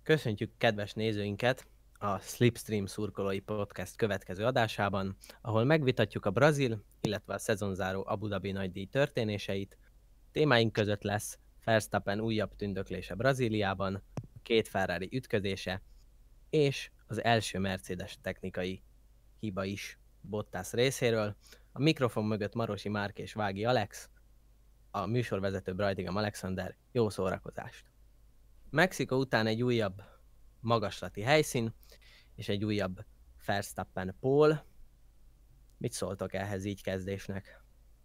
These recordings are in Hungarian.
Köszöntjük kedves nézőinket a Slipstream szurkolói podcast következő adásában, ahol megvitatjuk a brazil, illetve a szezonzáró Abu Dhabi nagydíj történéseit. Témáink között lesz Verstappen újabb tündöklése Brazíliában, a két Ferrari ütközése, és az első Mercedes technikai hiba is Bottas részéről. A mikrofon mögött Marosi Márk és Vági Alex, a műsorvezető Brajdigam Alexander. Jó szórakozást! Mexikó után egy újabb magaslati helyszín, és egy újabb Verstappen pole. Mit szóltok ehhez így kezdésnek?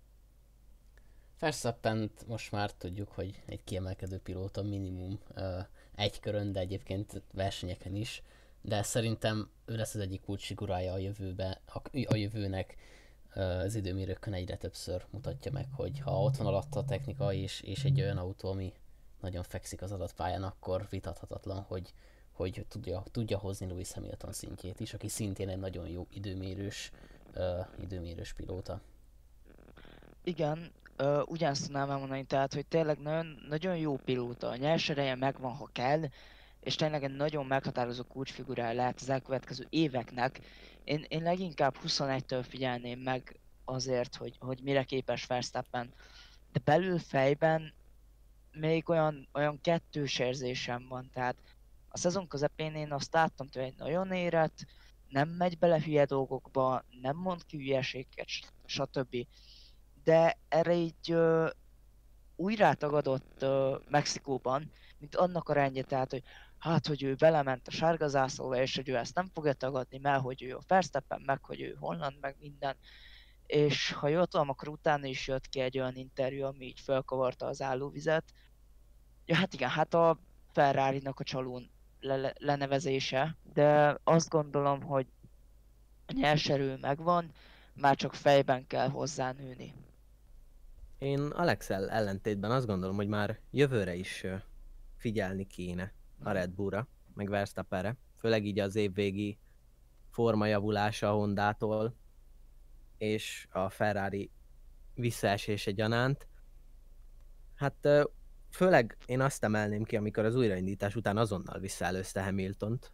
Verstappent most már tudjuk, hogy egy kiemelkedő pilóta minimum egy körön, de egyébként versenyeken is. De szerintem ő lesz az egyik kulcsfigurája a jövőnek. Az időmérőkön egyre többször mutatja meg, hogy ha ott van alatta a technika és egy olyan autó, ami nagyon fekszik az adott pályán, akkor vitathatatlan, hogy tudja hozni Lewis Hamilton szintjét is, aki szintén egy nagyon jó időmérős pilóta. Igen, ugyanazt tudnám elmondani, tehát, hogy tényleg nagyon, nagyon jó pilóta, a nyersereje megvan, ha kell, és tényleg egy nagyon meghatározó kulcsfigurája lehet az elkövetkező éveknek. Én leginkább 21-től figyelném meg azért, hogy mire képes Verstappen, de belül fejben még olyan kettős érzésem van, tehát a szezon közepén én azt láttam tőle, egy nagyon érett, nem megy bele hülye dolgokba, nem mond ki hülyeséget, stb. De erre így újra tagadott Mexikóban, mint annak a rendje, tehát, hogy hát, hogy ő belement a sárga zászlóba, és hogy ő ezt nem fogja tagadni, mert hogy ő a Verstappen, meg hogy ő Holland, meg minden. És ha jól tudom, akkor utána is jött ki egy olyan interjú, ami így felkavarta az állóvizet. Ja, hát igen, hát a Ferrari-nak a csalón lenevezése, de azt gondolom, hogy a nyerserő megvan, már csak fejben kell hozzá nőni. Én Alexel ellentétben azt gondolom, hogy már jövőre is figyelni kéne a Red Bullra, meg Verstappenre, főleg így az évvégi formajavulása a Hondától, és a Ferrari visszaesése gyanánt. Hát főleg én azt emelném ki, amikor az újraindítás után azonnal visszaelőzte Hamiltont,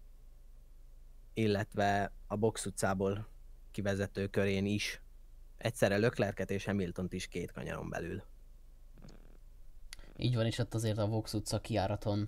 illetve a box utcából kivezető körén is egyszerre Leclerc-et és Hamiltont is két kanyaron belül. Így van, és ott azért a Vox utca kiáraton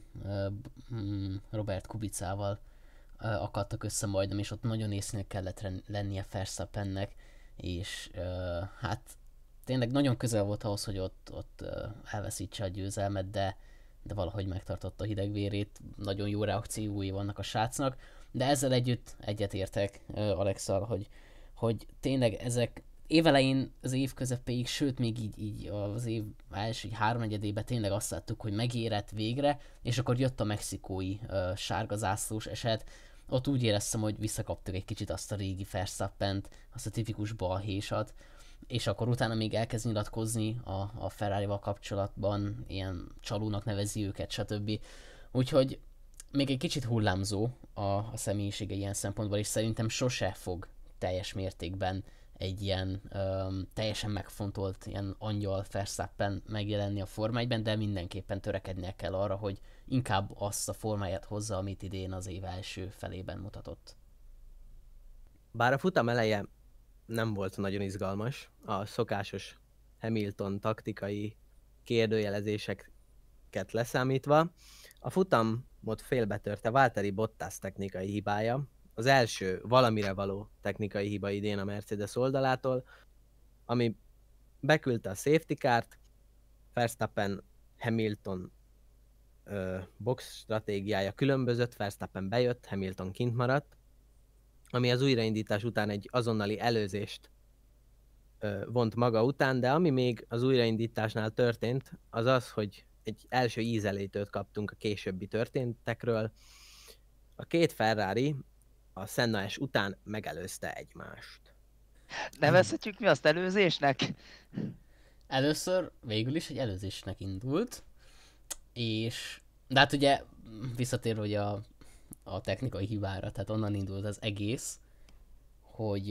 Robert Kubicával akadtak össze majdnem, és ott nagyon észnél kellett lennie Verstappennek, és hát tényleg nagyon közel volt ahhoz, hogy ott elveszítse a győzelmet, de valahogy megtartotta a hidegvérét, nagyon jó reakciói vannak a srácnak, de ezzel együtt egyetértek Alexa, hogy tényleg ezek évelején az év közepéig, sőt még így az év első háromnegyedében tényleg azt láttuk, hogy megérett végre, és akkor jött a mexikói sárga zászlós eset. Ott úgy éreztem, hogy visszakaptuk egy kicsit azt a régi Verstappent, azt a tipikus balhésat, és akkor utána még elkezd nyilatkozni a Ferrari-val kapcsolatban, ilyen csalónak nevezi őket, stb. Úgyhogy még egy kicsit hullámzó a személyisége ilyen szempontból, és szerintem sose fog teljes mértékben egy ilyen teljesen megfontolt ilyen angyal Verstappen megjelenni a Forma 1-ben, de mindenképpen törekednie kell arra, hogy inkább azt a formáját hozza, amit idén az év első felében mutatott. Bár a futam eleje nem volt nagyon izgalmas, a szokásos Hamilton taktikai kérdőjelezéseket leszámítva, a futamot félbetörte Valtteri Bottas technikai hibája, az első valamire való technikai hiba idén a Mercedes oldalától, ami beküldte a safety car-t, Verstappen Hamilton box stratégiája különbözött, Verstappen bejött, Hamilton kint maradt, ami az újraindítás után egy azonnali előzést vont maga után, de ami még az újraindításnál történt, az az, hogy egy első ízelítőt kaptunk a későbbi történtekről. A két Ferrari a Senna-es után megelőzte egymást. Nevezhetjük mi azt előzésnek? Először végül is egy előzésnek indult, és de hát ugye visszatérve ugye a technikai hibára, tehát onnan indult az egész, hogy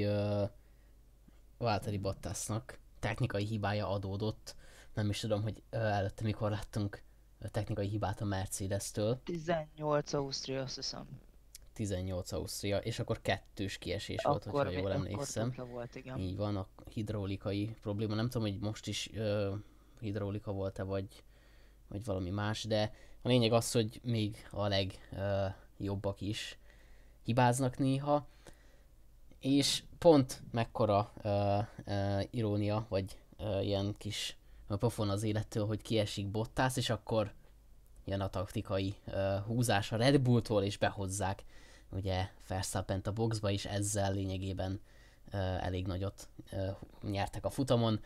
Valtteri Bottasnak technikai hibája adódott. Nem is tudom, hogy előtte mikor láttunk technikai hibát a Mercedes-től. 18 Ausztria, azt hiszem. 18 Ausztria, és akkor kettős kiesés volt, hogyha Akkor, jól akkor emlékszem. dupla volt, igen. Így van, a hidraulikai probléma. Nem tudom, hogy most is hidraulika volt-e, vagy valami más, de a lényeg az, hogy még a legjobbak is hibáznak néha, és pont mekkora irónia, vagy ilyen kis pofon az élettől, hogy kiesik Bottas, és akkor jön a taktikai húzás a Red Bulltól, és behozzák ugye Verstappent a boxba, és ezzel lényegében elég nagyot nyertek a futamon.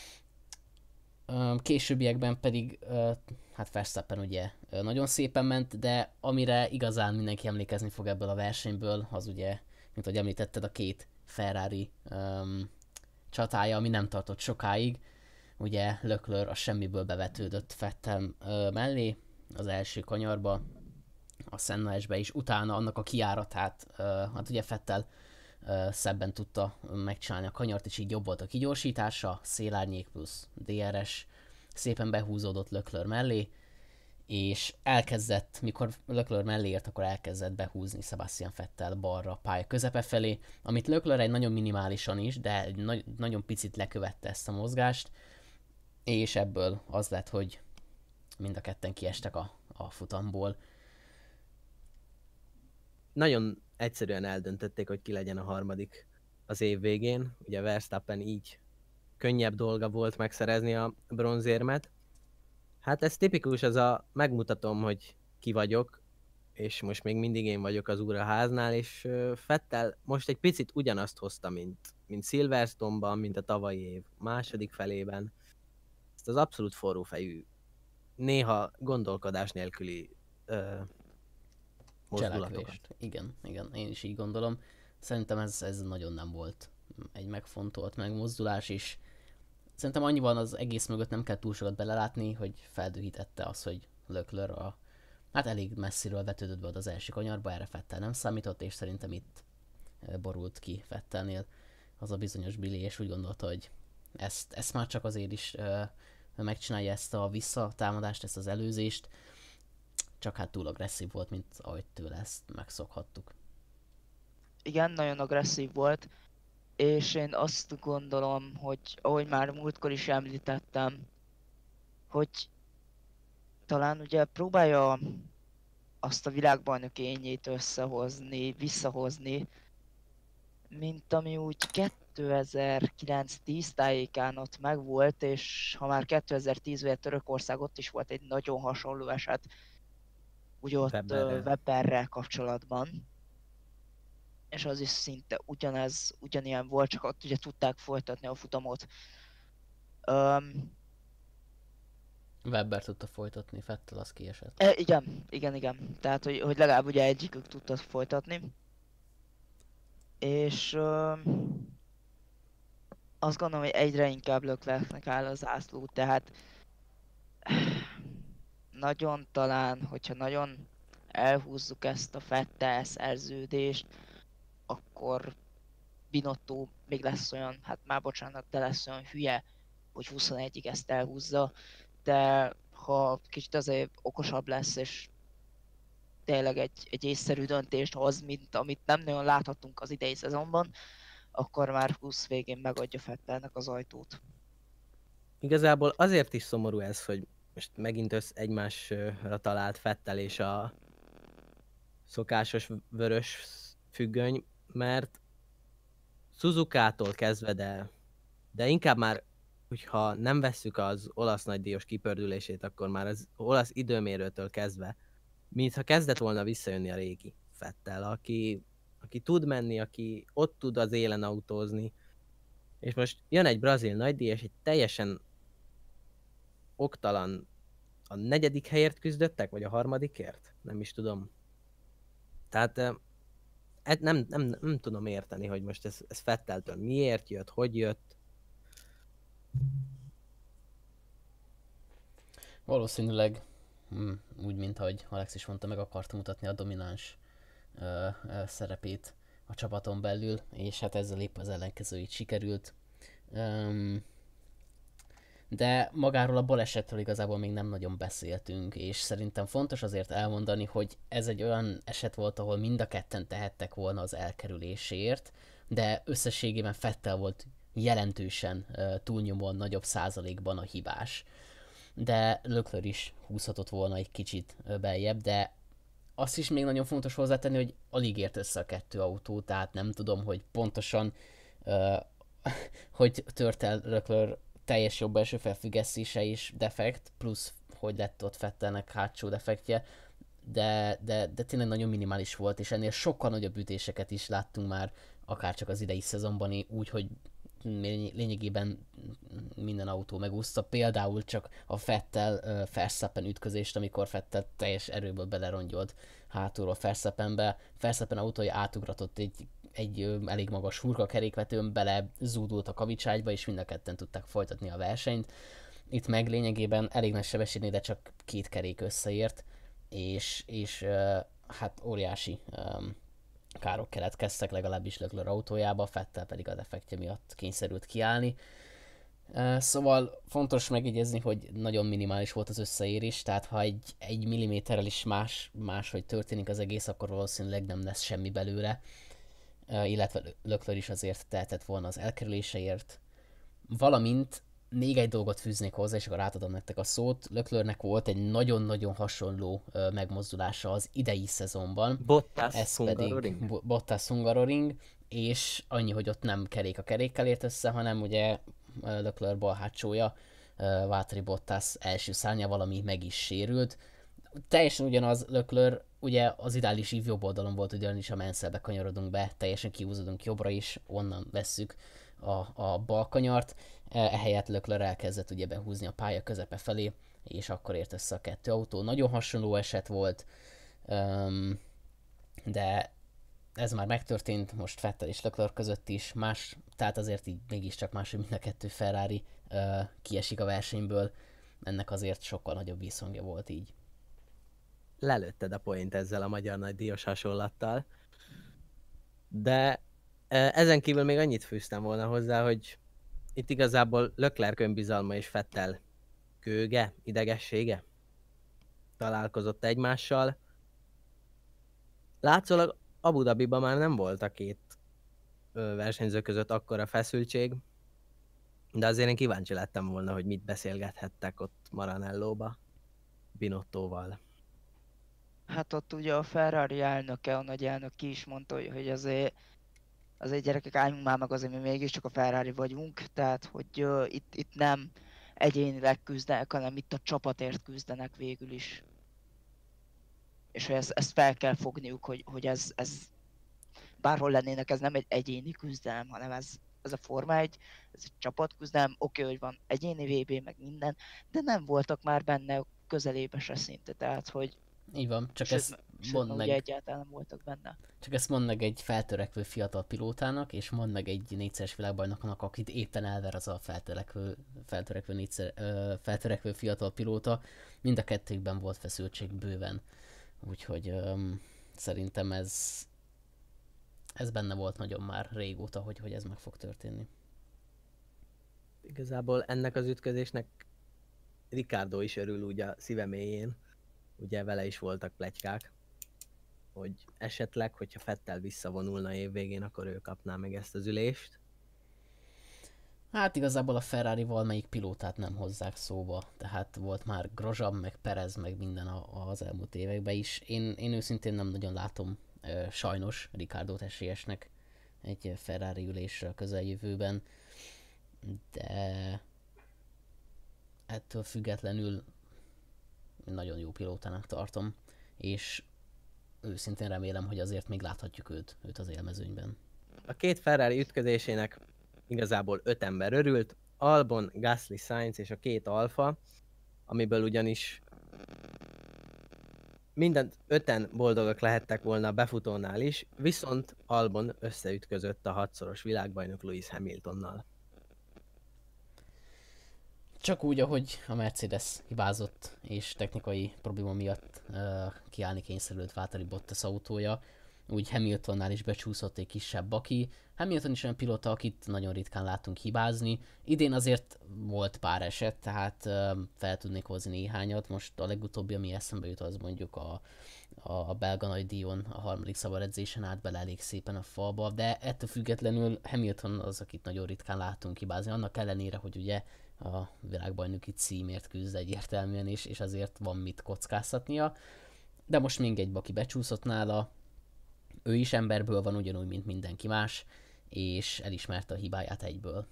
Későbbiekben pedig hát Verstappen ugye nagyon szépen ment, de amire igazán mindenki emlékezni fog ebből a versenyből, az ugye, mint ahogy említetted, a két Ferrari csatája, ami nem tartott sokáig. Ugye Leclerc a semmiből bevetődött Vettel mellé az első kanyarba, a Senna S-be is, utána annak a kijáratát, hát ugye Vettel szebben tudta megcsinálni a kanyart, és így jobb volt a kigyorsítása, szélárnyék plusz DRS, szépen behúzódott Leclerc mellé, és elkezdett, mikor Leclerc mellé ért, akkor elkezdett behúzni Sebastian Vettel balra a pálya közepe felé, amit Leclerc egy nagyon minimálisan is, de egy nagyon picit lekövette ezt a mozgást, és ebből az lett, hogy mind a ketten kiestek a futamból. Nagyon egyszerűen eldöntötték, hogy ki legyen a harmadik az év végén. Ugye Verstappen így könnyebb dolga volt megszerezni a bronzérmet. Hát ez tipikus, ez a megmutatom, hogy ki vagyok, és most még mindig én vagyok az úr a háznál, és Vettel most egy picit ugyanazt hozta, mint Silverstone-ban, mint a tavalyi év második felében. Ezt az abszolút forrófejű, néha gondolkodás nélküli mozdulatokat. Cselekvést. Igen, én is így gondolom. Szerintem ez nagyon nem volt egy megfontolt megmozdulás, és szerintem annyiban az egész mögött nem kell túl sokat belelátni, hogy feldühítette az, hogy Leclerc hát elég messziről vetődött be az első kanyarba, erre Vettel nem számított, és szerintem itt borult ki Vettelnél az a bizonyos Billy, és úgy gondolta, hogy ezt már csak azért is megcsinálja, ezt a visszatámadást, ezt az előzést, csak hát túl agresszív volt, mint ahogy tőle ezt megszokhattuk. Igen, nagyon agresszív volt, és én azt gondolom, hogy ahogy már múltkor is említettem, hogy talán ugye próbálja azt a világbajnoki ényét összehozni, visszahozni, mint ami úgy 2009-10 tájékán ott megvolt, és ha már 2010-ben Törökország, ott is volt egy nagyon hasonló eset, úgy ott Webberrel kapcsolatban. És az is szinte ugyanilyen volt, csak ott ugye tudták folytatni a futamot. Webber tudta folytatni, Vettel az kiesett. Igen. Tehát, hogy legalább ugye egyikük tudta folytatni. És azt gondolom, hogy egyre inkább Leclercnek áll az zászló, tehát nagyon talán, hogyha nagyon elhúzzuk ezt a Vettel szerződést, akkor Binotto még lesz olyan, hát már bocsánat, de lesz olyan hülye, hogy 21-ig ezt elhúzza, de ha kicsit azért okosabb lesz, és tényleg egy észszerű döntést hoz, mint amit nem nagyon láthatunk az idei szezonban, akkor már 20 végén megadja Vettelnek az ajtót. Igazából azért is szomorú ez, hogy most megint egymásra talált Vettel és a szokásos vörös függöny, mert Suzukától kezdve, de inkább már, hogyha nem vesszük az olasz nagydíjas kipördülését, akkor már az olasz időmérőtől kezdve, mintha kezdett volna visszajönni a régi Vettel, aki tud menni, aki ott tud az élen autózni, és most jön egy brazil nagydíjas, egy teljesen oktalan, a 4. helyért küzdöttek, vagy a 3. Nem is tudom. Tehát nem tudom érteni, hogy most ez Vetteltől miért jött, hogy jött. Valószínűleg úgy, mint ahogy Alex is mondta, meg akarta mutatni a domináns szerepét a csapaton belül, és hát ezzel épp az ellenkezőit sikerült. De magáról a balesetről igazából még nem nagyon beszéltünk, és szerintem fontos azért elmondani, hogy ez egy olyan eset volt, ahol mind a ketten tehettek volna az elkerülésért, de összességében Vettel volt jelentősen túlnyomóan nagyobb százalékban a hibás. De Leclerc is húzhatott volna egy kicsit beljebb, de azt is még nagyon fontos hozzátenni, hogy alig ért össze a kettő autó, tehát nem tudom, hogy pontosan hogy tört el Leclerc teljes jobb belső felfüggesztése is defekt, plusz hogy lett ott Vettelnek hátsó defektje, de tényleg nagyon minimális volt, és ennél sokkal nagyobb ütéseket is láttunk már, akár csak az idei szezonban, úgy, hogy lényegében minden autó megúszta, például csak a Vettel Verstappen ütközést, amikor Vettel teljes erőből belerongyolt hátulról Verstappenbe. Verstappen autója átugratott egy elég magas hurkakerékvetőn, bele zúdult a kavicságyba, és mind a ketten tudták folytatni a versenyt. Itt meg lényegében elég nagy sebességnél, de csak 2 kerék összeért, és hát óriási károk keletkeztek, legalábbis Leclerc autójába, Vettel pedig a defektje miatt kényszerült kiállni. Szóval fontos megjegyezni, hogy nagyon minimális volt az összeérés, tehát ha egy milliméterrel is máshogy történik az egész, akkor valószínűleg nem lesz semmi belőle, illetve Leclerc is azért tehetett volna az elkerüléseért. Valamint még egy dolgot fűznék hozzá, és akkor átadom nektek a szót. Leclercnek volt egy nagyon-nagyon hasonló megmozdulása az idei szezonban. Bottas Hungaroring. Bottas Hungaroring, és annyi, hogy ott nem kerék a kerékkel ért össze, hanem ugye Leclerc bal hátsója, Valtteri Bottas első szárnyával, ami meg is sérült. Teljesen ugyanaz Leclerc, ugye az ideális ív jobb oldalon volt, ugyanis a Mansellbe kanyarodunk be, teljesen kihúzódunk jobbra is, onnan vesszük a bal kanyart, ehelyett Leclerc elkezdett ugye behúzni a pálya közepe felé, és akkor ért össze a kettő autó. Nagyon hasonló eset volt, de ez már megtörtént most Vettel és Leclerc között is, tehát azért így mégiscsak más, hogy mind a kettő Ferrari kiesik a versenyből, ennek azért sokkal nagyobb visszhangja volt így. Lelőtted a point ezzel a magyar nagydíjas hasonlattal, de ezen kívül még annyit fűztem volna hozzá, hogy itt igazából Leclerc önbizalma és Vettel kőge, idegessége találkozott egymással. Látszólag Abu Dhabiban már nem volt a két versenyző között akkora feszültség, de azért én kíváncsi lettem volna, hogy mit beszélgethettek ott Maranellóba Binottóval. Hát ott ugye a Ferrari elnöke, a nagy elnök ki is mondta, hogy azért gyerekek, álljunk már meg, azért mi mégiscsak a Ferrari vagyunk, tehát hogy itt nem egyénileg küzdenek, hanem itt a csapatért küzdenek végül is. És hogy ezt fel kell fogniuk, hogy ez bárhol lennének, ez nem egy egyéni küzdelem, hanem ez a Forma 1, ez egy csapatküzdelem, oké, hogy van egyéni VB, meg minden, de nem voltak már benne közelébe se szinte, tehát hogy Így van, csak sőt, ezt mondd meg. ugye egyáltalán nem voltak benne. Csak ezt mondd meg egy feltörekvő fiatal pilótának, és mondd meg egy négyszeres világbajnoknak, akit éppen elver az a feltörekvő fiatal pilóta. Mind a kettőkben volt feszültség bőven. Úgyhogy szerintem ez benne volt nagyon már régóta, hogy ez meg fog történni. Igazából ennek az ütközésnek Ricardo is örül úgy a szíve mélyén. Ugye vele is voltak pletykák, hogy esetleg, hogyha Vettel visszavonulna évvégén, akkor ő kapná meg ezt az ülést. Hát igazából a Ferrari-val melyik pilótát nem hozzák szóba, tehát volt már Grosjean, meg Perez, meg minden az elmúlt években is. Én őszintén nem nagyon látom sajnos Ricardót esélyesnek egy Ferrari ülésre a közeljövőben, de ettől függetlenül nagyon jó pilótának tartom, és őszintén remélem, hogy azért még láthatjuk őt az élmezőnyben. A két Ferrari ütközésének igazából 5 ember örült, Albon, Gasly, Sainz és a két Alfa, amiből ugyanis minden 5-en boldogak lehettek volna a befutónál is, viszont Albon összeütközött a 6-szoros világbajnok Lewis Hamiltonnal. Csak úgy, ahogy a Mercedes hibázott, és technikai probléma miatt kiállni kényszerült Valtteri Bottas autója. úgy Hamiltonnál is becsúszott egy kisebb baki. Hamilton is olyan pilóta, akit nagyon ritkán látunk hibázni. Idén azért volt pár eset, tehát fel tudnék hozni néhányat. Most a legutóbbi, ami eszembe jut, az mondjuk a belga nagydíjon a harmadik szabad edzésen állt bele elég szépen a falba, de ettől függetlenül Hamilton az, akit nagyon ritkán látunk hibázni, annak ellenére, hogy ugye a világbajnoki címért küzd egyértelműen, és azért van mit kockáztatnia. De most még egy baki becsúszott nála, ő is emberből van ugyanúgy, mint mindenki más, és elismerte a hibáját egyből.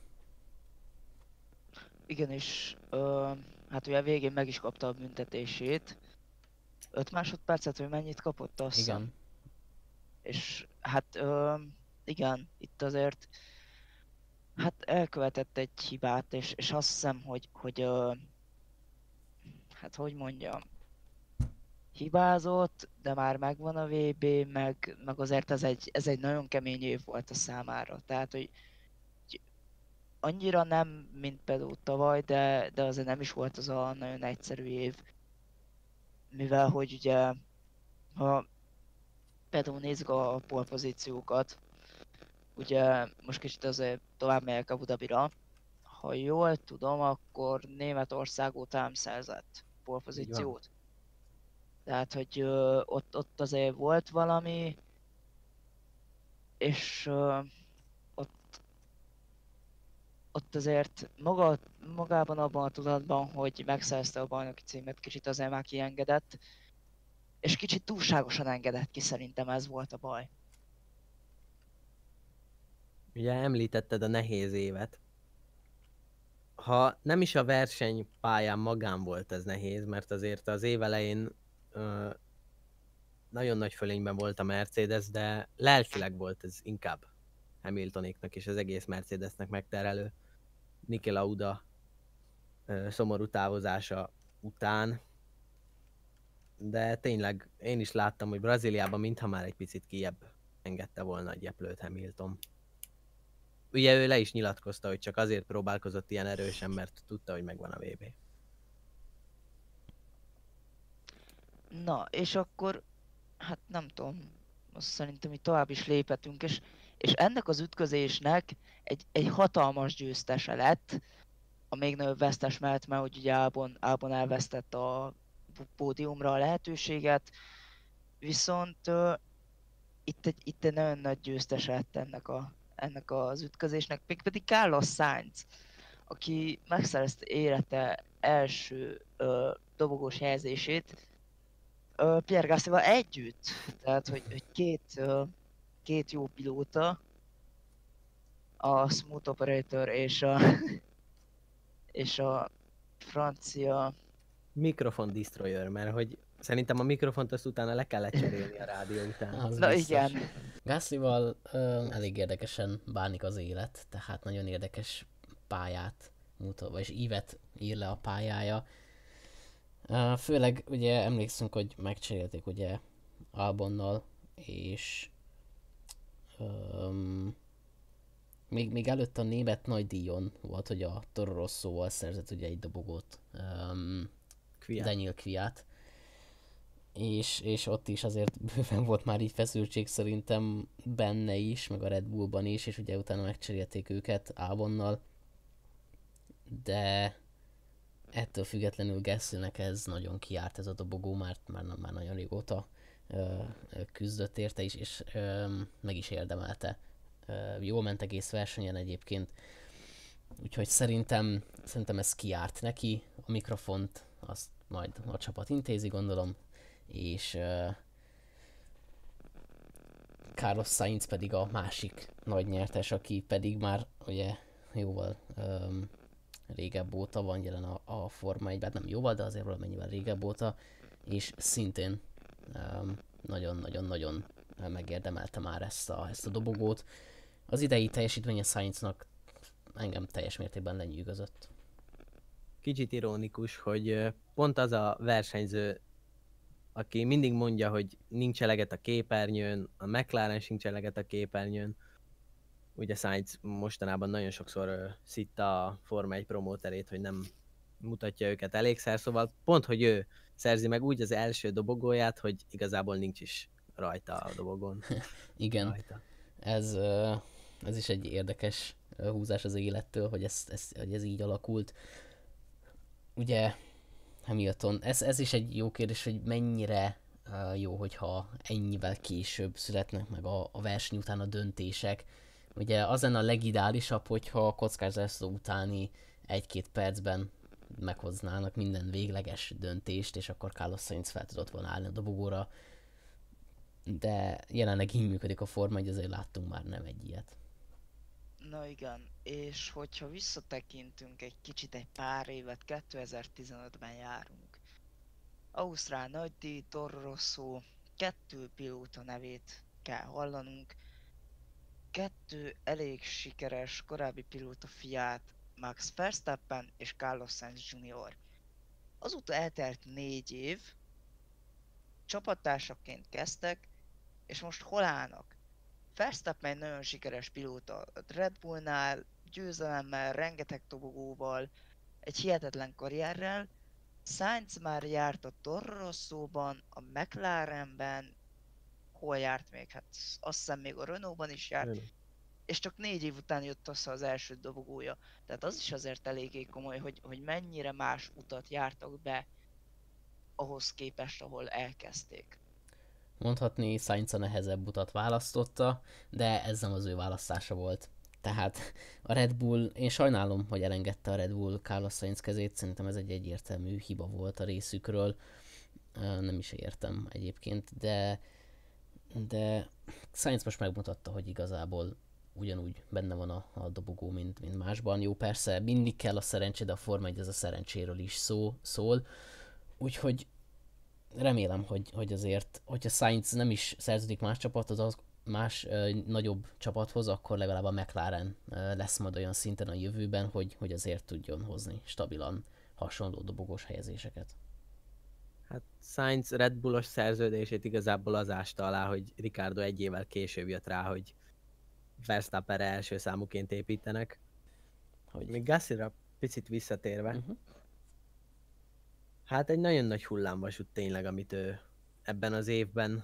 Igen, és hát ugye a végén meg is kapta a büntetését. 5 másodpercet, hogy mennyit kapott, azt hiszem. Igen. És hát igen, itt azért hát elkövetett egy hibát, és azt hiszem, hogy hát hogy mondjam, hibázott, de már megvan a VB, meg azért ez egy nagyon kemény év volt a számára. Tehát, hogy annyira nem, mint például tavaly, de azért nem is volt az a nagyon egyszerű év. Mivel, hogy ugye, ha például nézzük a polpozíciókat, ugye most kicsit azért tovább megyek Abu Dhabira. Ha jól tudom, akkor Németország után szerzett polpozíciót. Tehát, hogy ott azért volt valami, és ott azért magában abban a tudatban, hogy megszerezte a bajnoki címet, kicsit azért már kiengedett, és kicsit túlságosan engedett ki, szerintem ez volt a baj. Ugye említetted a nehéz évet. Ha nem is a versenypályán magán volt ez nehéz, mert azért az év elején nagyon nagy fölényben volt a Mercedes, de lelkileg volt ez inkább Hamiltonéknak és az egész Mercedesnek megterelő. Niki Lauda szomorú távozása után. De tényleg én is láttam, hogy Brazíliában mintha már egy picit kijebb engedte volna a gyeplőt Hamilton. Ugye ő le is nyilatkozta, hogy csak azért próbálkozott ilyen erősen, mert tudta, hogy megvan a VB. Na, és akkor, hát nem tudom, azt szerintem itt tovább is léphetünk, és ennek az ütközésnek egy hatalmas győztese lett, a még nagyobb vesztes mellett, mert hogy ugye Albon elvesztett a pódiumra a lehetőséget, viszont itt egy nagyon nagy győztes lett ennek az ütközésnek, mégpedig Carlos Sainz, aki megszerezte élete első dobogós helyezését Pierre Gasly-val együtt. Tehát, hogy két jó pilóta, a Smooth Operator és a francia... Mikrofon destroyer, mert hogy szerintem a mikrofont azt utána le kellett cserélni a rádió után. Az Na biztos. igen. Gaslyval elég érdekesen bánik az élet, tehát nagyon érdekes pályát mutat, vagyis ívet ír le a pályája. Főleg ugye emlékszünk, hogy megcserélték ugye Albonnal, és még előtt a német nagydíjon volt, hogy a Toro Rosszóval szerzett ugye egy dobogót, Daniel Kvyat. És ott is azért bőven volt már így feszültség szerintem benne is, meg a Red Bullban is, és ugye utána megcserélték őket Albonnal, de ettől függetlenül Gaslynek ez nagyon kiárt ez a dobogó, már nagyon régóta küzdött érte is, és meg is érdemelte. Jól ment egész versenyen egyébként, úgyhogy szerintem ez kiárt neki, a mikrofont azt majd a csapat intézi, gondolom, és Carlos Sainz pedig a másik nagy nyertes, aki pedig már ugye jóval régebb óta van jelen a Forma 1-ben, nem jóval, de azért valamennyivel régebb óta, és szintén nagyon-nagyon-nagyon megérdemelte már ezt a dobogót. Az idei teljesítménye Sainznak engem teljes mértékben lenyűgözött. Kicsit ironikus, hogy pont az a versenyző, aki mindig mondja, hogy nincs eleget a képernyőn, a McLaren sincs eleget a képernyőn. Ugye Sainz mostanában nagyon sokszor szitta a Forma 1 promóterét, hogy nem mutatja őket elégszer, szóval pont, hogy ő szerzi meg úgy az első dobogóját, hogy igazából nincs is rajta a dobogon. Igen, Rajta. ez is egy érdekes húzás az élettől, hogy ez így alakult. Ugye Hamilton, ez is egy jó kérdés, hogy mennyire jó, hogyha ennyivel később születnek meg a verseny után a döntések. Ugye az lenne a legideálisabb, hogyha a kockázatszó utáni 1-2 percben meghoznának minden végleges döntést, és akkor Carlos Sainz fel tudott volna állni a dobogóra. De jelenleg így működik a forma, hogy azért láttunk már nem egy ilyet. Na igen, és hogyha visszatekintünk egy kicsit, egy pár évet, 2015-ben járunk. Ausztrál nagydíj, Toro Rosso, 2 pilóta nevét kell hallanunk. 2 elég sikeres korábbi pilóta fiát, Max Verstappen és Carlos Sainz Jr. Azóta eltelt 4 év, csapattársaként kezdtek, és most hol állnak? Verstappen egy nagyon sikeres pilóta a Red Bullnál, győzelemmel, rengeteg dobogóval, egy hihetetlen karrierrel. Sainz már járt a Toro Rosso-ban, a McLarenben, hol járt még? Hát azt hiszem még a Renault-ban is járt, és csak 4 év után jött össze az első dobogója. Tehát az is azért eléggé komoly, hogy mennyire más utat jártak be ahhoz képest, ahol elkezdték. Mondhatni, Sainz a nehezebb utat választotta, de ez nem az ő választása volt. Tehát a Red Bull, én sajnálom, hogy elengedte a Red Bull Carlos Sainz kezét, szerintem ez egy egyértelmű hiba volt a részükről. Nem is értem egyébként, de Sainz most megmutatta, hogy igazából ugyanúgy benne van a dobogó, mint másban. Jó, persze mindig kell a szerencsé, de a Forma 1 ez a szerencséről is szól. Úgyhogy remélem, hogy azért, hogyha Sainz nem is szerződik más csapathoz, más nagyobb csapathoz, akkor legalább a McLaren lesz majd olyan szinten a jövőben, hogy azért tudjon hozni stabilan hasonló dobogós helyezéseket. Hát Sainz Red Bullos szerződését igazából az ásta alá, hogy Ricardo 1 évvel később jött rá, hogy Verstappenre első számuként építenek. Hogy még Gaslyra picit visszatérve, hát egy nagyon nagy hullámvasút tényleg, amit ő ebben az évben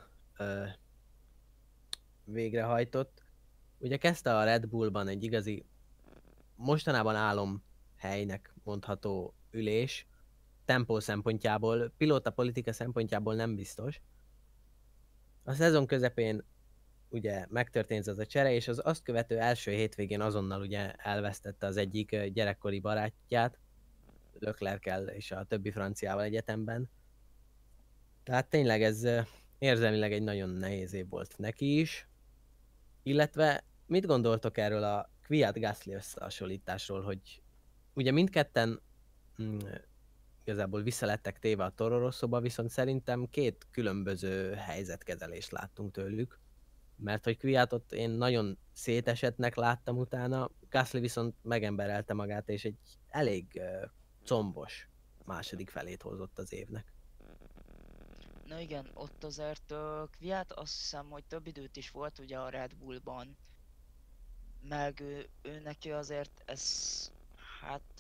végrehajtott. Ugye kezdte a Red Bullban egy igazi, mostanában álomhelynek mondható ülés, tempó szempontjából, pilóta politika szempontjából nem biztos. A szezon közepén ugye megtörtént ez a csere, és az azt követő első hétvégén azonnal ugye elvesztette az egyik gyerekkori barátját, Leclerc-kel és a többi franciával egyetemben. Tehát tényleg ez érzelmileg egy nagyon nehéz év volt neki is. Illetve mit gondoltok erről a Kvyat-Gasly összehasonlításról, hogy ugye mindketten igazából visszalettek téve a Toro Rosso-ba, viszont szerintem 2 különböző helyzetkezelést láttunk tőlük. Mert hogy Kvyatot én nagyon szétesettnek láttam utána, Gasly viszont megemberelte magát, és egy elég combos második felét hozott az évnek. Na igen, ott azért Kvyat azt hiszem, hogy több időt is volt ugye a Red Bullban. Meg ő neki azért ez, hát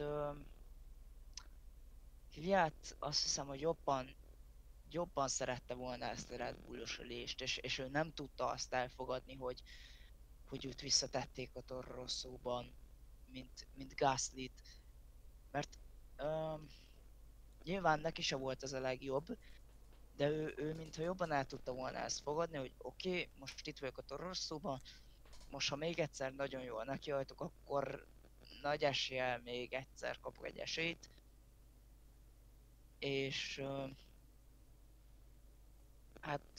Kvyat azt hiszem, hogy jobban szerette volna ezt a Red Bullos ülést, és ő nem tudta azt elfogadni, hogy őt visszatették a Toro Rosso-ban, mint Gaslyt. Mert nyilván neki se volt az a legjobb, de ő mintha jobban el tudta volna ezt fogadni, hogy oké, most itt vagyok a Toro Rosso-ban, most ha még egyszer nagyon jól nekihajtok, akkor nagy eséllyel még egyszer kapok egy esélyt. És hát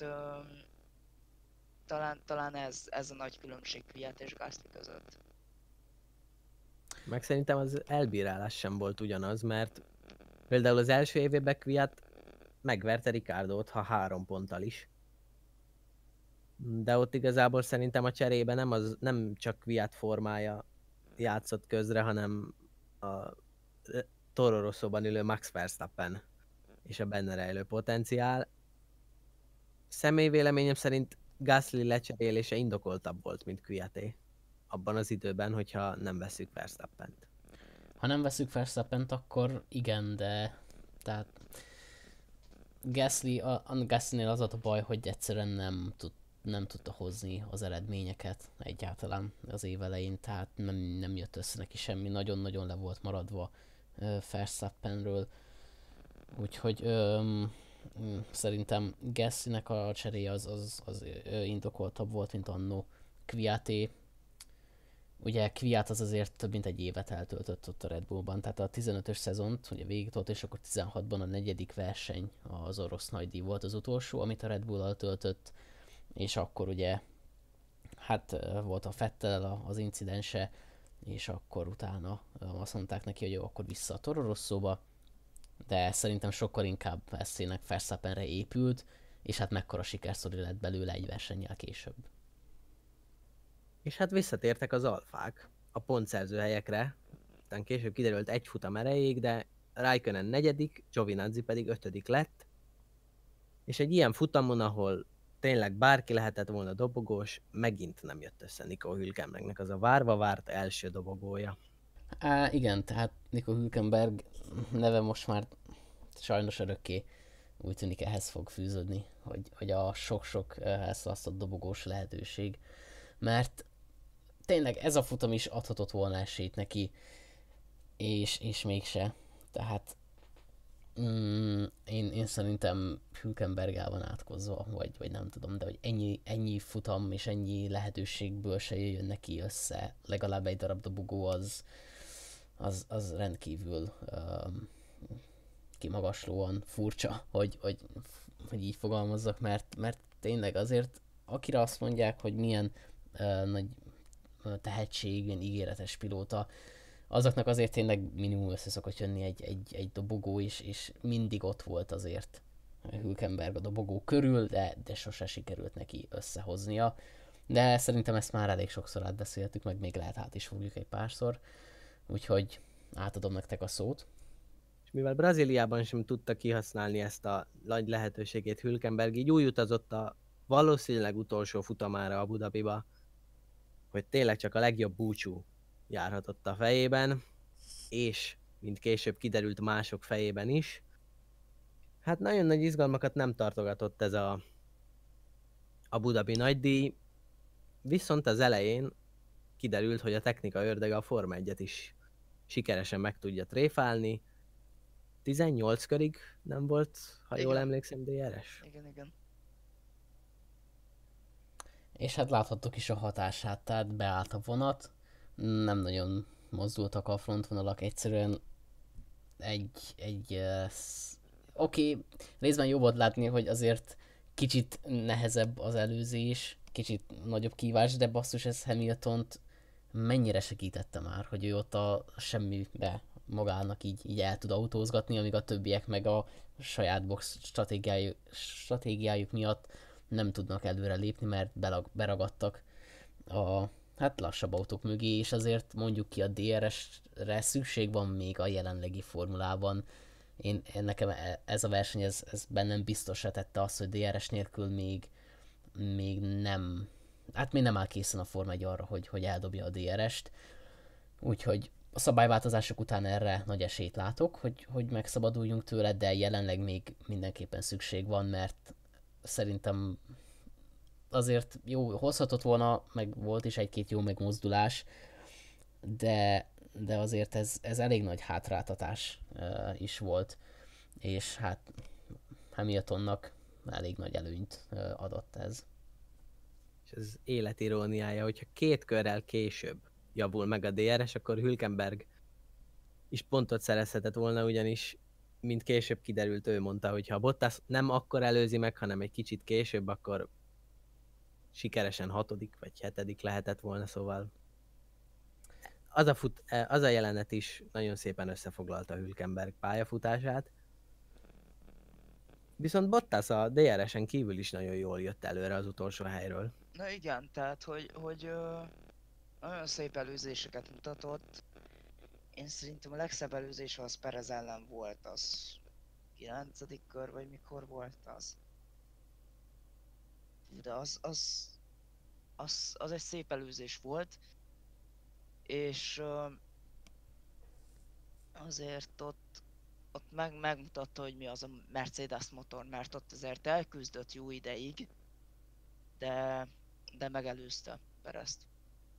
talán ez a nagy különbség Kvyat és Gasly között. Meg szerintem az elbírálás sem volt ugyanaz, mert például az első évében Kvyat megverte Ricardót, ha 3 ponttal is. De ott igazából szerintem a cserében nem csak Kvyat formája játszott közre, hanem a Toro Rosso-ban ülő Max Verstappen és a benne rejlő potenciál. Személy véleményem szerint Gasly lecserélése indokoltabb volt, mint Kvyaté abban az időben, hogyha nem veszük Verstappent. Ha nem veszük Verstappent, akkor igen, de tehát Gaslynél az volt a baj, hogy egyszerűen nem tudta hozni az eredményeket egyáltalán az év elején, tehát nem jött össze neki semmi, nagyon-nagyon le volt maradva Verstappenről, úgyhogy szerintem Gaslynek a cseréje az indokoltabb volt, mint annó. Kvyat, ugye Kvyat az azért több mint egy évet eltöltött ott a Red Bullban, tehát a 15-ös szezont ugye végigtolt, és akkor 16-ban a negyedik verseny az orosz nagydíj volt az utolsó, amit a Red Bull-al töltött, és akkor ugye hát volt a Vettel az incidense, és akkor utána azt mondták neki, hogy jó, akkor vissza a Toro Rosszóba, de szerintem sokkal inkább Eszének Verstappenre épült, és hát mekkora sikersztori lett belőle egy versennyel később. És hát visszatértek az alfák a pontszerző helyekre, aztán később kiderült egy futam erejéig, de Raikkonen negyedik, Giovinazzi pedig ötödik lett, és egy ilyen futamon, ahol tényleg bárki lehetett volna dobogós, megint nem jött össze Nico Hülkenbergnek az a várva várt első dobogója. Igen, tehát Nico Hülkenberg neve most már sajnos örökké úgy tűnik ehhez fog fűződni, hogy a sok-sok elszalasztott dobogós lehetőség, mert tényleg ez a futam is adhatott volna esélyt neki, és mégse. Tehát én szerintem Hülkenberg el van átkozva, vagy nem tudom, de hogy ennyi futam és ennyi lehetőségből se jöjjön neki össze, legalább egy darab dobogó az rendkívül kimagaslóan furcsa, hogy így fogalmazzak, mert tényleg azért, akire azt mondják, hogy milyen nagy tehetség, milyen ígéretes pilóta, azoknak azért tényleg minimum össze szokott jönni egy dobogó is, és mindig ott volt azért Hülkenberg a dobogó körül, de sose sikerült neki összehoznia. De szerintem ezt már elég sokszor átbeszéltük, meg még lehet át is fogjuk egy párszor. Úgyhogy átadom nektek a szót. És mivel Brazíliában sem tudta kihasználni ezt a nagy lehetőségét Hülkenberg, így úgy utazott a valószínűleg utolsó futamára Abu Dhabiba, hogy tényleg csak a legjobb búcsú járhatott a fejében, és mint később kiderült mások fejében is. Hát nagyon nagy izgalmakat nem tartogatott ez a Abu Dhabi nagydíj, viszont az elején kiderült, hogy a technika ördöge a Forma 1-et is sikeresen meg tudja tréfálni. 18 körig nem volt, ha jól emlékszem, DRS. Igen. És hát láthattuk is a hatását, tehát beállt a vonat, nem nagyon mozdultak a frontvonalak, egyszerűen oké, részben jó volt látni, hogy azért kicsit nehezebb az előzés, kicsit nagyobb kívás, de basszus, ez Hamiltont mennyire segítette már, hogy ő ott a semmibe magának így el tud autózgatni, amíg a többiek meg a saját box stratégiájuk miatt nem tudnak előre lépni, mert beragadtak a hát lassabb autók mögé, és azért mondjuk ki a DRS-re szükség van még a jelenlegi formulában. Nekem ez a verseny, ez bennem biztosra tette azt, hogy DRS nélkül még nem, hát még nem áll készen a Forma 1 arra, hogy eldobja a DRS-t. Úgyhogy a szabályváltozások után erre nagy esélyt látok, hogy megszabaduljunk tőle, de jelenleg még mindenképpen szükség van, mert szerintem azért jó, hozhatott volna, meg volt is egy-két jó megmozdulás, de azért ez elég nagy hátráltatás is volt, és hát Hamiltonnak elég nagy előnyt adott ez. És ez élet iróniája, hogyha 2 körrel később javul meg a DRS, akkor Hülkenberg is pontot szerezhetett volna, ugyanis mint később kiderült, ő mondta, hogy ha Bottas nem akkor előzi meg, hanem egy kicsit később, akkor sikeresen 6. vagy 7. lehetett volna, szóval az a jelenet is nagyon szépen összefoglalta Hülkenberg pályafutását. Viszont Bottas a DRS-en kívül is nagyon jól jött előre az utolsó helyről. Na igen, tehát hogy nagyon szép előzéseket mutatott. Én szerintem a legszebb előzés az Perez ellen volt, az 9. kör, vagy mikor volt az. De az egy szép előzés volt. És azért ott megmutatta, hogy mi az a Mercedes motor, mert ott azért elküzdött jó ideig, de, de megelőzte Perezt.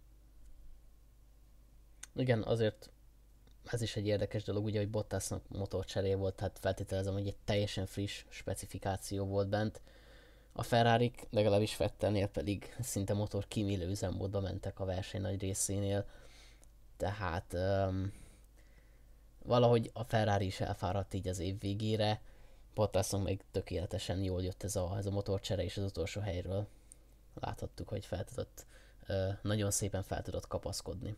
Igen, azért ez is egy érdekes dolog, ugye, hogy Bottasnak motorcseré volt, tehát feltételezem, hogy egy teljesen friss specifikáció volt bent. A Ferrarik, legalábbis Vettelnél pedig szinte motor kímélő üzemmódba mentek a verseny nagy részénél, tehát valahogy a Ferrari is elfáradt így az év végére, Bottasnak meg tökéletesen jól jött ez a motorcsere, és az utolsó helyről láthattuk, hogy fel tudott, nagyon szépen fel tudott kapaszkodni.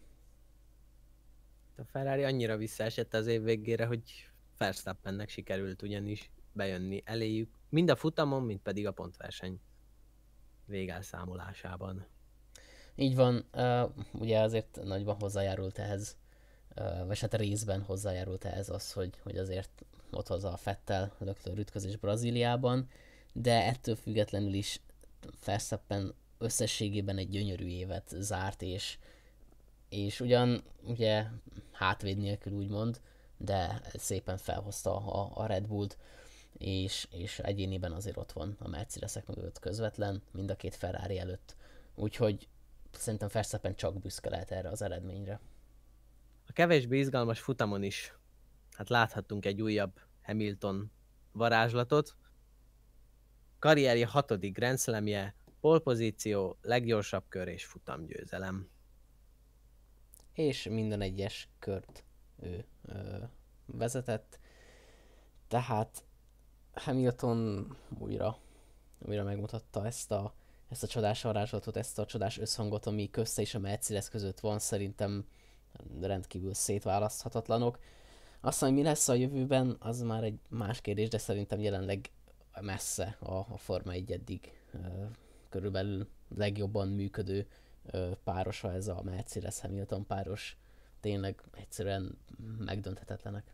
A Ferrari annyira visszaesett az év végére, hogy Verstappennek sikerült ugyanis bejönni eléjük, mind a futamon, mind pedig a pontverseny végelszámolásában. Így van, ugye azért nagyban hozzájárult ehhez, vagy hát részben hozzájárult ehhez az, hogy azért ott hozza a Vettel löktől ütközés Brazíliában, de ettől függetlenül is Verstappen összességében egy gyönyörű évet zárt, és ugyan ugye hátvéd nélkül úgymond, de szépen felhozta a Red Bullt, és egyéniben azért ott van a Mercedesek mögött közvetlen, mind a két Ferrari előtt. Úgyhogy szerintem Verstappen csak büszke lehet erre az eredményre. A kevésbé izgalmas futamon is hát láthattunk egy újabb Hamilton varázslatot. Karrierje 6. Grand Slamje, pole pozíció, leggyorsabb kör és futamgyőzelem. És minden egyes kört ő vezetett, tehát Hamilton újra megmutatta ezt a csodás varázslatot, ezt a csodás összhangot, ami közte és a Mercedes között van, szerintem rendkívül szétválaszthatatlanok. Aztán, hogy mi lesz a jövőben, az már egy más kérdés, de szerintem jelenleg messze a Forma 1 eddig körülbelül legjobban működő párosa ez a Mercedes-Hamilton páros. Tényleg egyszerűen megdönthetetlenek.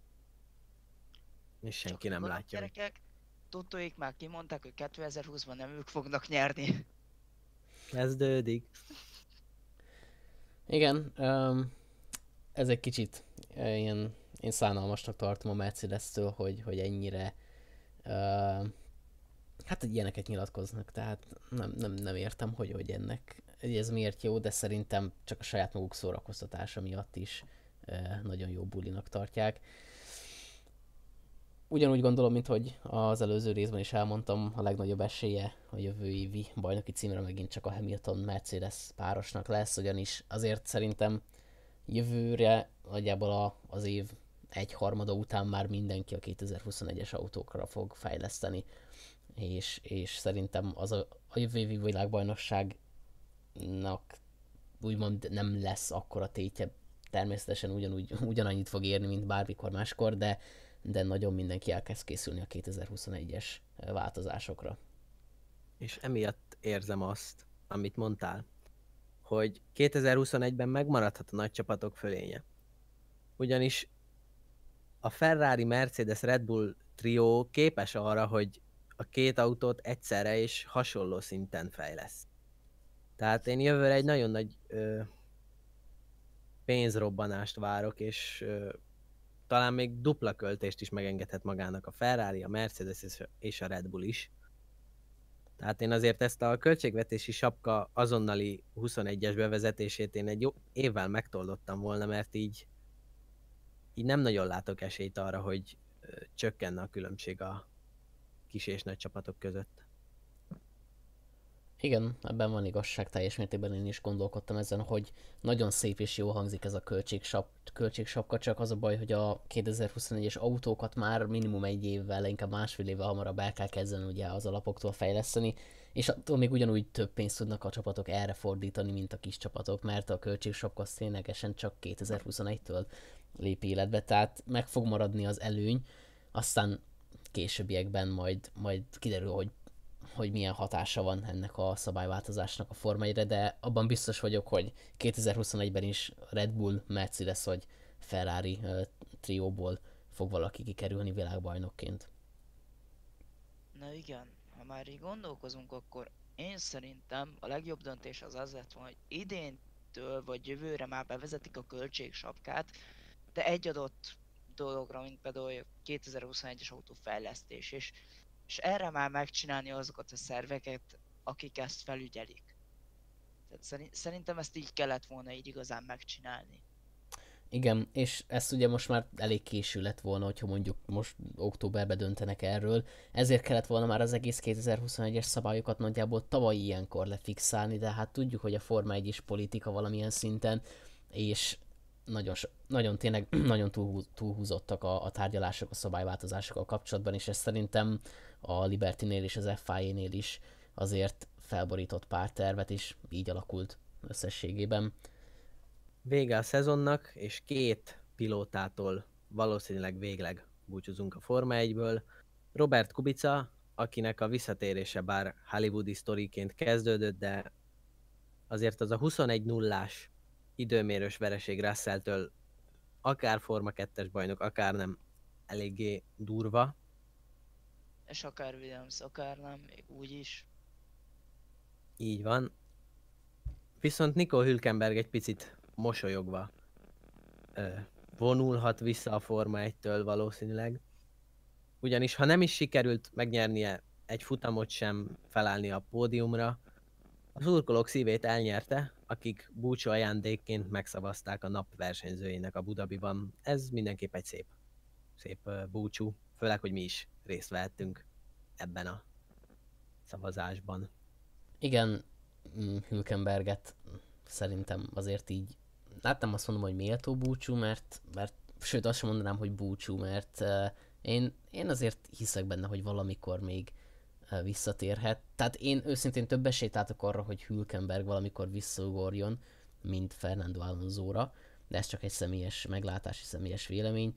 És senki nem látja. Gyerekek, Totóik már kimondták, hogy 2020-ban nem ők fognak nyerni. Kezdődik. Igen, ez egy kicsit én szánalmasnak tartom a Mercedes-től, hogy ennyire hát ilyeneket nyilatkoznak, tehát nem értem, hogy ez miért jó, de szerintem csak a saját maguk szórakoztatása miatt is nagyon jó bulinak tartják. Ugyanúgy gondolom, mint hogy az előző részben is elmondtam, a legnagyobb esélye a jövő évi bajnoki címre megint csak a Hamilton-Mercedes párosnak lesz, ugyanis azért szerintem jövőre nagyjából az év egyharmada után már mindenki a 2021-es autókra fog fejleszteni, és szerintem az a jövő évi világbajnokságnak úgymond nem lesz akkora tétje, természetesen ugyanannyit fog érni, mint bármikor máskor, de nagyon mindenki elkezd készülni a 2021-es változásokra. És emiatt érzem azt, amit mondtál, hogy 2021-ben megmaradhat a nagy csapatok fölénye. Ugyanis a Ferrari, Mercedes, Red Bull trió képes arra, hogy a két autót egyszerre és hasonló szinten fejlesz. Tehát én jövőre egy nagyon nagy pénzrobbanást várok, és talán még dupla költést is megengedhet magának a Ferrari, a Mercedes és a Red Bull is. Tehát én azért ezt a költségvetési sapka azonnali 21-es bevezetését én egy jó évvel megtoldottam volna, mert így nem nagyon látok esélyt arra, hogy csökkenne a különbség a kis és nagy csapatok között. Igen, ebben van igazság, teljes mértékben én is gondolkodtam ezen, hogy nagyon szép és jó hangzik ez a költségsapka, csak az a baj, hogy a 2021-es autókat már minimum egy évvel, inkább másfél évvel hamarabb el kell kezdeni ugye az alapoktól fejleszteni, és attól még ugyanúgy több pénzt tudnak a csapatok erre fordítani, mint a kis csapatok, mert a költségsapka az ténylegesen csak 2021-től lép életbe, tehát meg fog maradni az előny, aztán későbbiekben majd kiderül, hogy milyen hatása van ennek a szabályváltozásnak a formáira, de abban biztos vagyok, hogy 2021-ben is Red Bull, Mercedes vagy Ferrari trióból fog valaki kikerülni világbajnokként. Na igen, ha már így gondolkozunk, akkor én szerintem a legjobb döntés az lett volna, hogy idéntől vagy jövőre már bevezetik a költségsapkát, de egy adott dologra, mint például a 2021-es autófejlesztés, és erre már megcsinálni azokat a szerveket, akik ezt felügyelik. Tehát szerintem ezt így kellett volna így igazán megcsinálni. Igen, és ezt ugye most már elég késő lett volna, hogyha mondjuk most októberben döntenek erről, ezért kellett volna már az egész 2021-es szabályokat nagyjából tavaly ilyenkor lefixálni, de hát tudjuk, hogy a Forma 1 is politika valamilyen szinten, és nagyon tényleg nagyon túlhúzottak a tárgyalások a szabályváltozásokkal kapcsolatban, és ez szerintem a Liberty-nél és az FIA-nél is azért felborított pár tervet, és így alakult összességében. Vége a szezonnak, és 2 pilótától valószínűleg végleg búcsúzunk a Forma 1-ből. Robert Kubica, akinek a visszatérése bár hollywoodi sztoriként kezdődött, de azért az a 21-0-ás időmérős vereség Russelltől akár Forma 2-es bajnok, akár nem, eléggé durva. És akár Williams, akár nem, még úgy is. Így van. Viszont Nico Hülkenberg egy picit mosolyogva vonulhat vissza a Forma 1-től valószínűleg. Ugyanis ha nem is sikerült megnyernie egy futamot sem, felállni a pódiumra, a szurkolók szívét elnyerte, akik búcsú ajándékként megszavazták a nap versenyzőjének a Abu Dhabiban. Ez mindenképp egy szép búcsú, főleg, hogy mi is részt vehettünk ebben a szavazásban. Igen, Hülkenberget szerintem azért így, hát nem azt mondom, hogy méltó búcsú, mert sőt azt sem mondanám, hogy búcsú, mert én azért hiszek benne, hogy valamikor még visszatérhet. Tehát én őszintén több esélyt látok arra, hogy Hülkenberg valamikor visszaugorjon, mint Fernando Alonsóra, de ez csak egy személyes meglátás, egy személyes vélemény.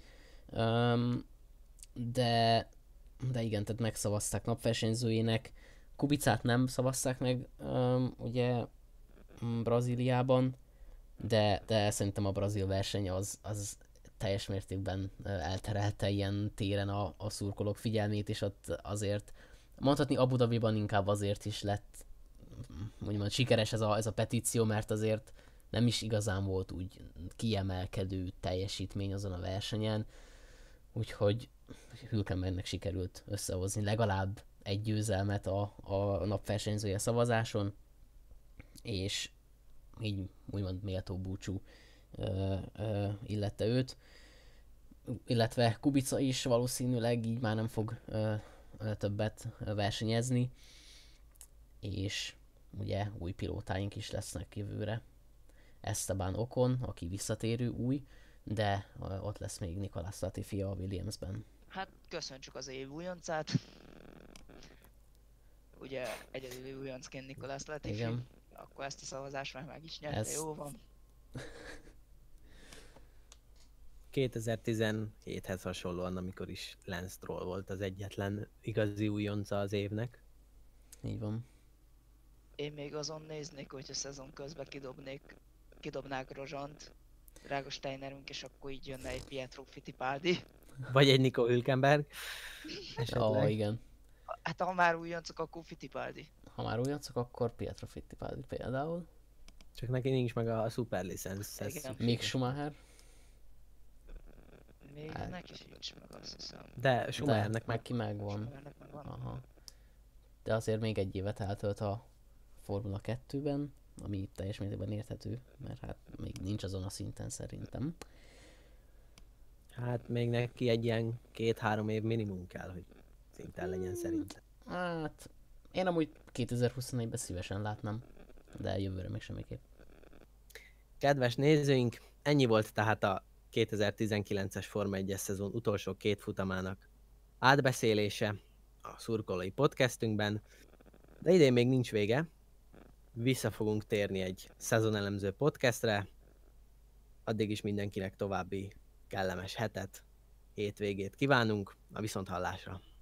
De igen, tehát megszavazták napversenyzőjének, Kubicát nem szavazták meg ugye Brazíliában, de szerintem a brazil verseny az teljes mértékben elterelte ilyen téren a szurkolók figyelmét, és ott azért mondhatni Abu Dhabiban inkább azért is lett úgymond sikeres ez a petíció, mert azért nem is igazán volt úgy kiemelkedő teljesítmény azon a versenyen, úgyhogy Hülkenbergnek sikerült összehozni legalább egy győzelmet a napversenyzője szavazáson, és így úgymond méltó búcsú illette őt, illetve Kubica is valószínűleg így már nem fog többet versenyezni, és ugye új pilótáink is lesznek jövőre. Esteban Ocon, aki visszatérő új, de ott lesz még Nicolas Latifi a Williamsben. Hát köszöntsük az év újoncát. Ugye egyedüli újoncként Nicolas Latifi. Igen. Akkor ezt a szavazást már meg is nyerte, jó van. 2017-hez hasonlóan, amikor is Lance Stroll volt az egyetlen igazi újonca az évnek. Így van. Én még azon néznék, hogyha szezon közben kidobnák Grosjeant, drága Steinerünk, és akkor így jönne egy Pietro Fittipaldi. Vagy egy Nico Hülkenberg. Ó, igen. Hát ha már újoncok, akkor Fittipaldi. Ha már újoncok, akkor Pietro Fittipaldi például. Csak neki nincs meg a szuperlicensz. Mick Schumacher. Még neki sincs meg, azt hiszem. De Schumachernek meg... neki megvan. Schumachernek megvan. Aha. De azért még egy évet eltölt a Formula 2-ben, ami teljes mértékben érthető, mert hát még nincs azon a szinten szerintem. Hát még neki egy ilyen 2-3 év minimum kell, hogy szinten legyen szerintem. Hát én amúgy 2021-ben szívesen látnám, de jövőre még semmiképp. Kedves nézőink, ennyi volt tehát a 2019-es Forma 1-es szezon utolsó 2 futamának átbeszélése a szurkolói podcastünkben, de idén még nincs vége. Vissza fogunk térni egy szezonelemző podcastre. Addig is mindenkinek további kellemes hetet, hétvégét kívánunk, a viszonthallásra!